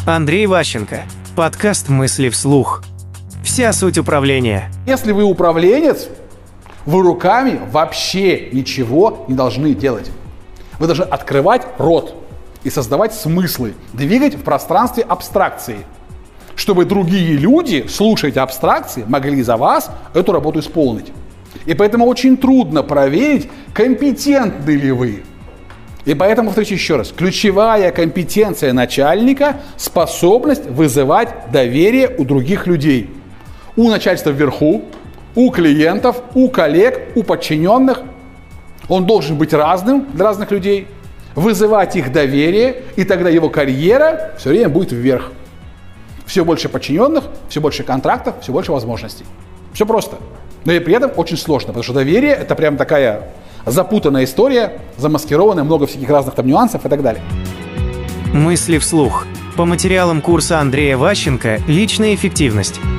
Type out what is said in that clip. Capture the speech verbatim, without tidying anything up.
Андрей Ващенко. Подкаст «Мысли вслух». Вся суть управления. Если вы управленец, вы руками вообще ничего не должны делать. Вы должны открывать рот и создавать смыслы, двигать в пространстве абстракции, чтобы другие люди, слушая эти абстракции, могли за вас эту работу исполнить. И поэтому очень трудно проверить, компетентны ли вы. И поэтому, повторюсь еще раз, ключевая компетенция начальника – способность вызывать доверие у других людей. У начальства вверху, у клиентов, у коллег, у подчиненных. Он должен быть разным для разных людей, вызывать их доверие, и тогда его карьера все время будет вверх. Все больше подчиненных, все больше контрактов, все больше возможностей. Все просто. Но и при этом очень сложно, потому что доверие – это прям такая запутанная история, замаскированная, много всяких разных там нюансов и так далее. Мысли вслух. По материалам курса Андрея Ващенко «Личная эффективность».